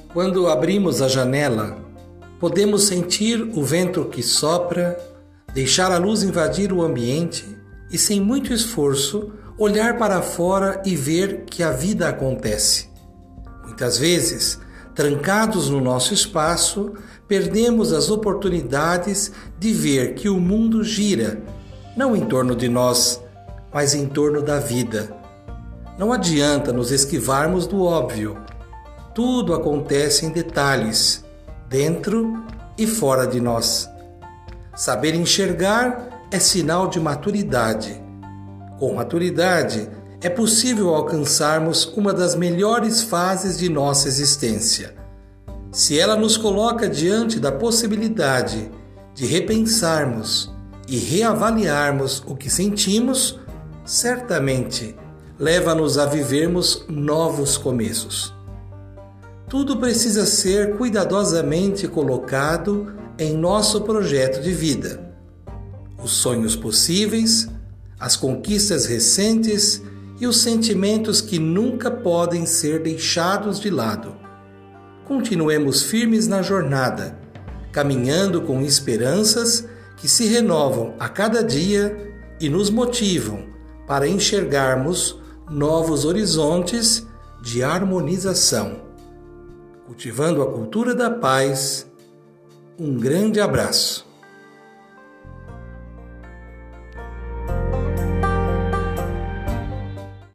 Quando abrimos a janela, podemos sentir o vento que sopra, deixar a luz invadir o ambiente e, sem muito esforço, olhar para fora e ver que a vida acontece. Muitas vezes, trancados no nosso espaço, perdemos as oportunidades de ver que o mundo gira, não em torno de nós, mas em torno da vida. Não adianta nos esquivarmos do óbvio. Tudo acontece em detalhes, dentro e fora de nós. Saber enxergar é sinal de maturidade. Com maturidade, é possível alcançarmos uma das melhores fases de nossa existência. Se ela nos coloca diante da possibilidade de repensarmos e reavaliarmos o que sentimos, certamente leva-nos a vivermos novos começos. Tudo precisa ser cuidadosamente colocado em nosso projeto de vida. Os sonhos possíveis, as conquistas recentes e os sentimentos que nunca podem ser deixados de lado. Continuemos firmes na jornada, caminhando com esperanças que se renovam a cada dia e nos motivam para enxergarmos novos horizontes de harmonização. Cultivando a cultura da paz, um grande abraço.